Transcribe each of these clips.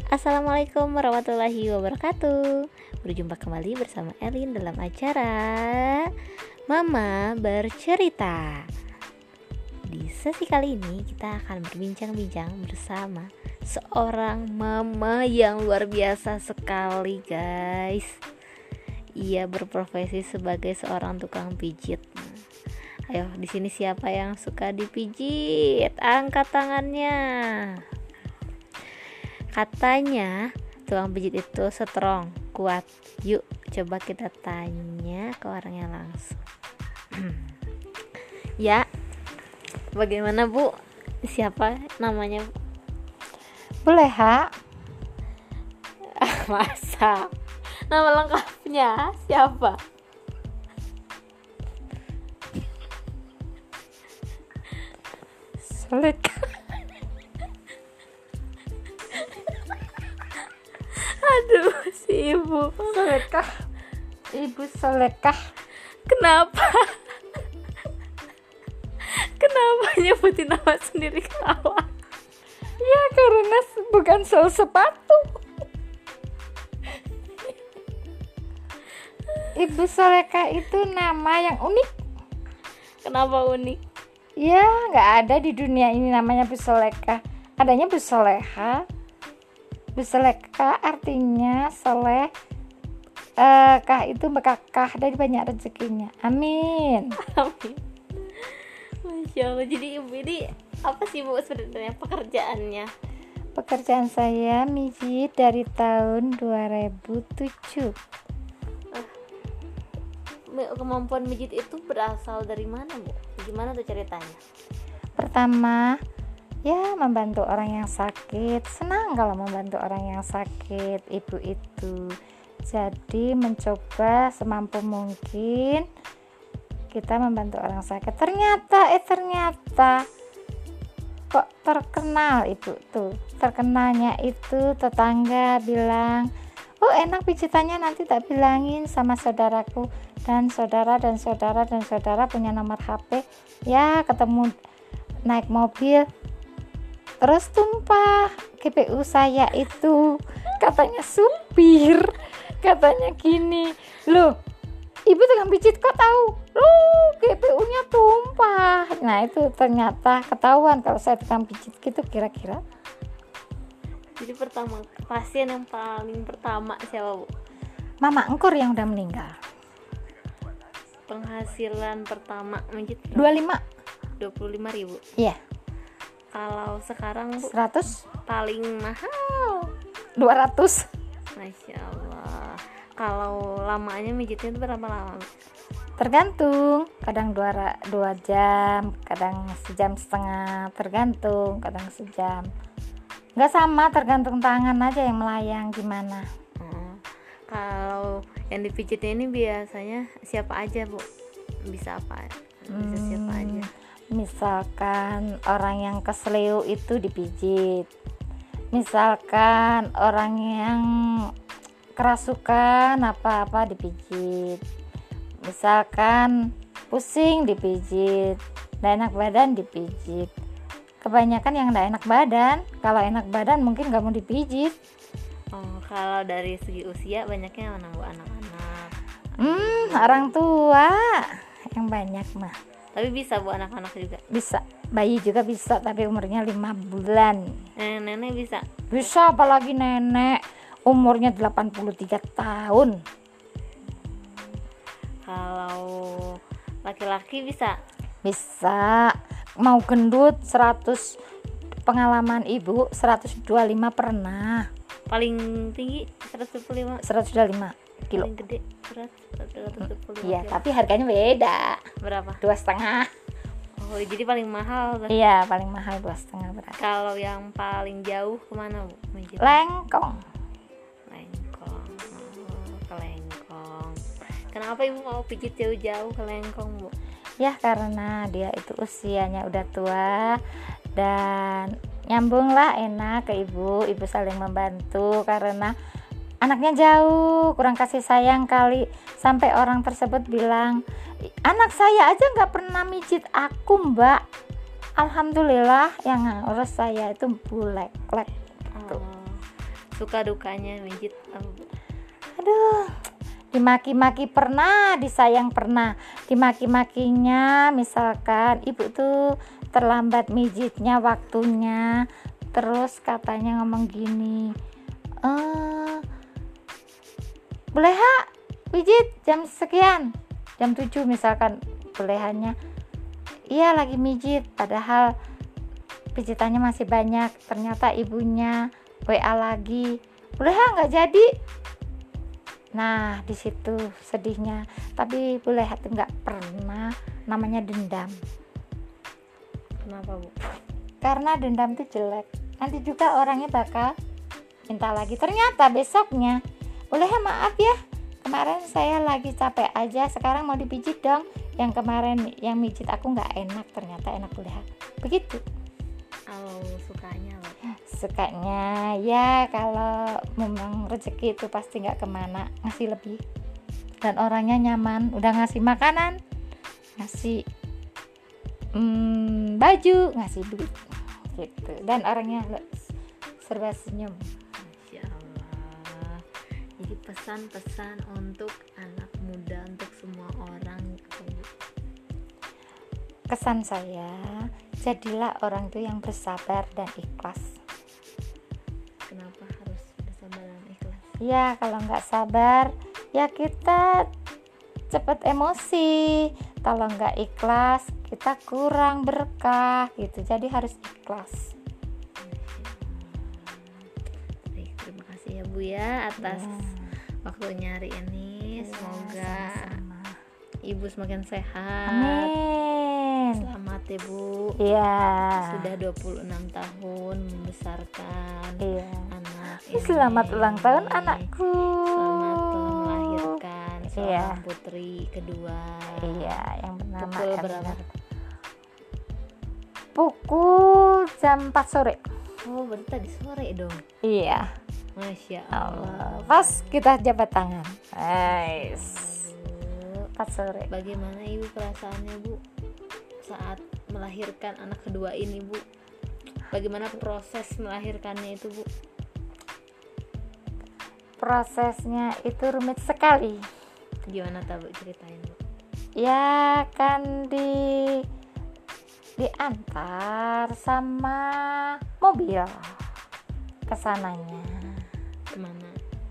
Assalamualaikum warahmatullahi wabarakatuh. Berjumpa kembali bersama Elin dalam acara Mama Bercerita. Di sesi kali ini kita akan berbincang-bincang bersama seorang mama yang luar biasa sekali, guys. Ia berprofesi sebagai seorang tukang pijit. Ayo, di sini siapa yang suka dipijit? Angkat tangannya. Katanya tukang pijit itu strong, kuat. Yuk coba kita tanya ke orangnya langsung. Ya, bagaimana Bu? Siapa namanya? Boleh, Ha? Masa? Nama lengkapnya siapa? Soleka. Aduh, si ibu. Soleka. Ibu Soleka. Kenapa? Kenapa nyebutin nama sendiri ketawa? Ya karena bukan sol sepatu. Ibu Soleka itu nama yang unik. Kenapa unik? Ya nggak ada di dunia ini namanya Bu Soleka. Adanya Bu Soleha. Bu Soleka artinya soleh. Kah itu bekakah dari banyak rezekinya. Amin. Amin. Masya Allah. Jadi ibu ini apa sih Bu sebenarnya pekerjaannya? Pekerjaan saya mijit dari tahun 2007. Kemampuan mijit itu berasal dari mana Bu? Gimana tuh ceritanya? Pertama, ya membantu orang yang sakit. Senang kalau membantu orang yang sakit, ibu itu. Jadi mencoba semampu mungkin kita membantu orang sakit. Ternyata kok terkenal ibu tuh. Terkenalnya itu tetangga bilang, "Oh, enak pijitannya, nanti tak bilangin sama saudaraku." Dan saudara punya nomor HP. Ya, ketemu naik mobil. Terus tumpah GPU saya itu. Katanya supir. Katanya gini, "Loh, ibu tukang pijit kok tahu? Loh, GPU-nya tumpah." Nah, itu ternyata ketahuan kalau saya tukang pijit gitu kira-kira. Jadi pasien yang paling pertama siapa Bu? Mama Engkur yang udah meninggal. Penghasilan pertama mijit 25.000. Iya. Kalau sekarang Bu 100, paling mahal 200. Masya Allah. Kalau lamanya mijitnya itu berapa lama? Tergantung, kadang 2 jam, kadang sejam setengah, tergantung, kadang sejam. Nggak sama, tergantung tangan aja yang melayang gimana. Kalau yang dipijitnya ini biasanya siapa aja Bu? Bisa apa? Bisa siapa aja? Misalkan orang yang kesleo itu dipijit. Misalkan orang yang kerasukan apa-apa dipijit. Misalkan pusing dipijit. Nggak enak badan dipijit. Kebanyakan yang nggak enak badan. Kalau enak badan mungkin nggak mau dipijit. Kalau dari segi usia banyaknya mana Bu? Anak-anak? Orang tua yang banyak mah. Tapi bisa Bu anak-anak juga? Bisa, bayi juga bisa, tapi umurnya 5 bulan. Nenek bisa? Bisa, apalagi nenek umurnya 83 tahun. Kalau laki-laki bisa? Bisa. Mau gendut 100, pengalaman ibu 125 pernah. Paling tinggi 125 kilo. Paling gede berat 125 Iya, kilo. tapi harganya beda. Berapa? 2,5. Oh, jadi paling mahal berarti. Iya, paling mahal 2,5 berat. Kalau yang paling jauh kemana Bu? Lengkong. Ke Lengkong. Kenapa Ibu mau pijit jauh-jauh ke Lengkong Bu? Ya karena dia itu usianya udah tua dan nyambung lah, enak ke ibu saling membantu karena anaknya jauh, kurang kasih sayang kali, sampai orang tersebut bilang, "Anak saya aja nggak pernah mijit aku, Mbak." Alhamdulillah yang ngurus saya itu Bu Lek-Lek. Suka dukanya mijit apa, Bu? Aduh, dimaki-maki pernah, disayang pernah. Dimaki-makinya misalkan ibu tuh terlambat mijitnya waktunya, terus katanya ngomong gini, boleh ha pijit jam sekian, jam 7 misalkan, bolehannya iya lagi mijit, padahal pijitannya masih banyak. Ternyata ibunya WA lagi, boleh ha nggak jadi. Nah di situ sedihnya. Tapi boleh itu nggak pernah namanya dendam. Kenapa, Bu? Karena dendam itu jelek, nanti juga orangnya bakal minta lagi. Ternyata besoknya, boleh ya maaf ya, kemarin saya lagi capek aja, sekarang mau dipijit dong, yang kemarin yang mijit aku nggak enak, ternyata enak. Boleh begitu. Kalau sukanya apa? Sukanya ya kalau memang rezeki itu pasti nggak kemana, ngasih lebih, dan orangnya nyaman, udah ngasih makanan, ngasih baju, ngasih duit gitu, dan orangnya serba senyum. Masya Allah. Jadi pesan-pesan untuk anak muda, untuk semua orang gitu, Bu. Kesan saya, jadilah orang tuh yang bersabar dan ikhlas. Kenapa harus bersabar dan ikhlas? Ya kalau nggak sabar ya kita cepet emosi, kalau nggak ikhlas kita kurang berkah gitu, jadi harus ikhlas. Baik, terima kasih ya Bu ya atas waktunya hari ini. Semoga sama-sama. Ibu semakin sehat. Amin. Selamat ya Bu. Iya. Sudah 26 tahun membesarkan Iya. anak ini. Selamat ulang tahun anakku. Selamat telah melahirkan seorang Iya. putri kedua. Iya, yang bernama Pukul berapa? Pukul jam 4 sore. Oh, berarti tadi sore dong. Iya. Masya Allah. Allah. Pas kita jabat tangan. Nice. Bu, 4 sore. bagaimana Ibu perasaannya Bu saat melahirkan anak kedua ini Bu? Bagaimana proses melahirkannya itu Bu? Prosesnya itu rumit sekali. Gimana tak Bu, ceritain Bu? Ya kan diantar sama mobil kesananya, Kemana?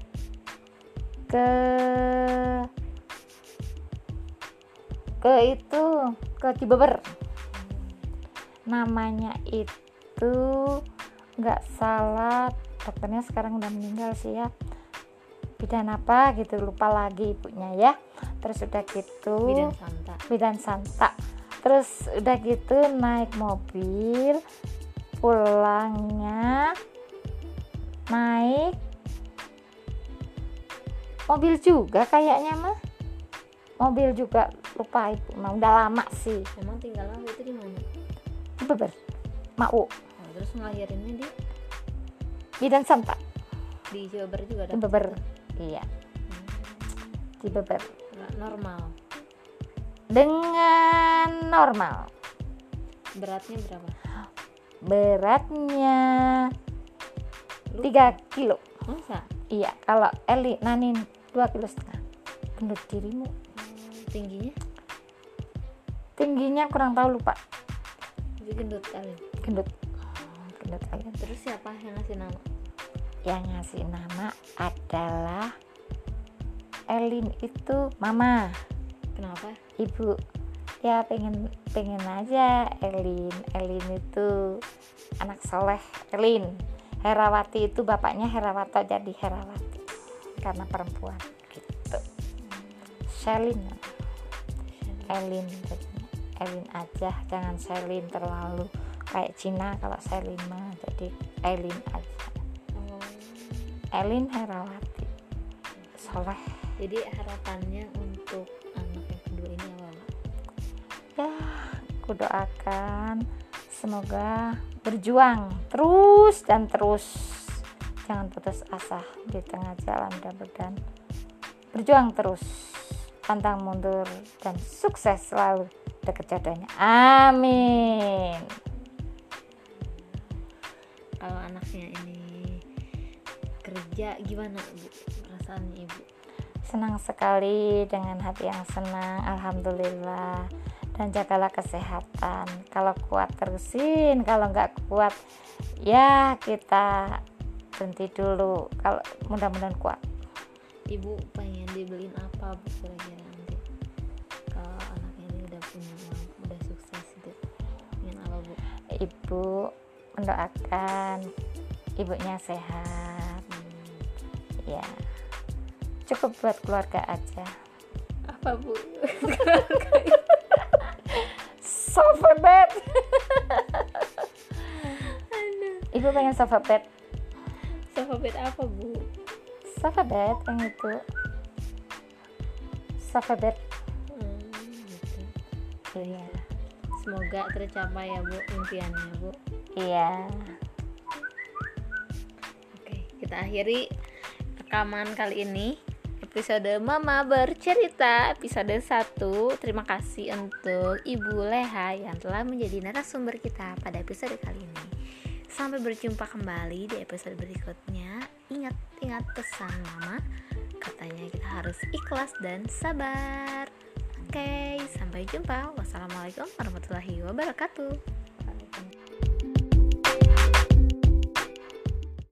ke Cibeber. Namanya itu nggak salah, dokternya sekarang udah meninggal sih ya, bidan apa gitu, lupa lagi ibunya ya. Terus udah gitu Bidan Santa. Terus udah gitu naik mobil, pulangnya naik mobil juga kayaknya mah. Mobil juga, lupa ibu mah, udah lama sih. Emang tinggalnya itu di mana? Beber, mau Oh, terus ngelahirinnya di Bidan Santa di Jawa Barat juga ada. di Beber. Iya, di Beber. Nggak normal. Dengan normal. Beratnya berapa? Beratnya Lu 3 kilo. masa? Iya, kalau Eli Nanin 2,5 kilo. Gendut dirimu. Tingginya? Tingginya kurang tahu, lupa. Jadi gendut kali. Gendut kalian. Terus siapa yang ngasih nama? Yang ngasih nama adalah Elin itu mama. Kenapa? Ibu ya pengen aja Elin itu anak soleh. Elin Herawati itu bapaknya Herawato, jadi Herawati karena perempuan gitu. Selin Elin aja, jangan Selin terlalu kayak Cina. Kalau Selin mah jadi Elin aja. Elin Herawati soleh. Jadi harapannya untuk anak yang kedua ini apa, Mak? Ya, aku doakan semoga berjuang terus dan terus, jangan putus asa di tengah jalan, mudah-mudahan berjuang terus, pantang mundur, dan sukses selalu deket jodohnya. Amin. Kalau anaknya ini kerja, gimana Bu perasaannya Ibu? Senang sekali, dengan hati yang senang, alhamdulillah. Dan jagalah kesehatan, kalau kuat terusin, kalau nggak kuat ya kita berhenti dulu, kalau mudah-mudahan kuat. Ibu pengen dibeliin apa Bu kira-kira nanti kalau anaknya ini udah punya uang, udah sukses gitu, ingin apa Bu? Ibu mendoakan ibunya sehat, ya cukup buat keluarga aja. Apa Bu? Sofa bed. Ibu pengen sofa bed. Sofa bed apa Bu? Sofa bed yang itu. Sofa bed. Gitu. Iya. Semoga tercapai ya Bu impiannya Bu. Iya. Oke, kita akhiri rekaman kali ini, episode Mama Bercerita episode 1. Terima kasih untuk Ibu Leha yang telah menjadi narasumber kita pada episode kali ini. Sampai berjumpa kembali di episode berikutnya. Ingat pesan Mama, katanya kita harus ikhlas dan sabar. Oke, sampai jumpa. Wassalamualaikum warahmatullahi wabarakatuh.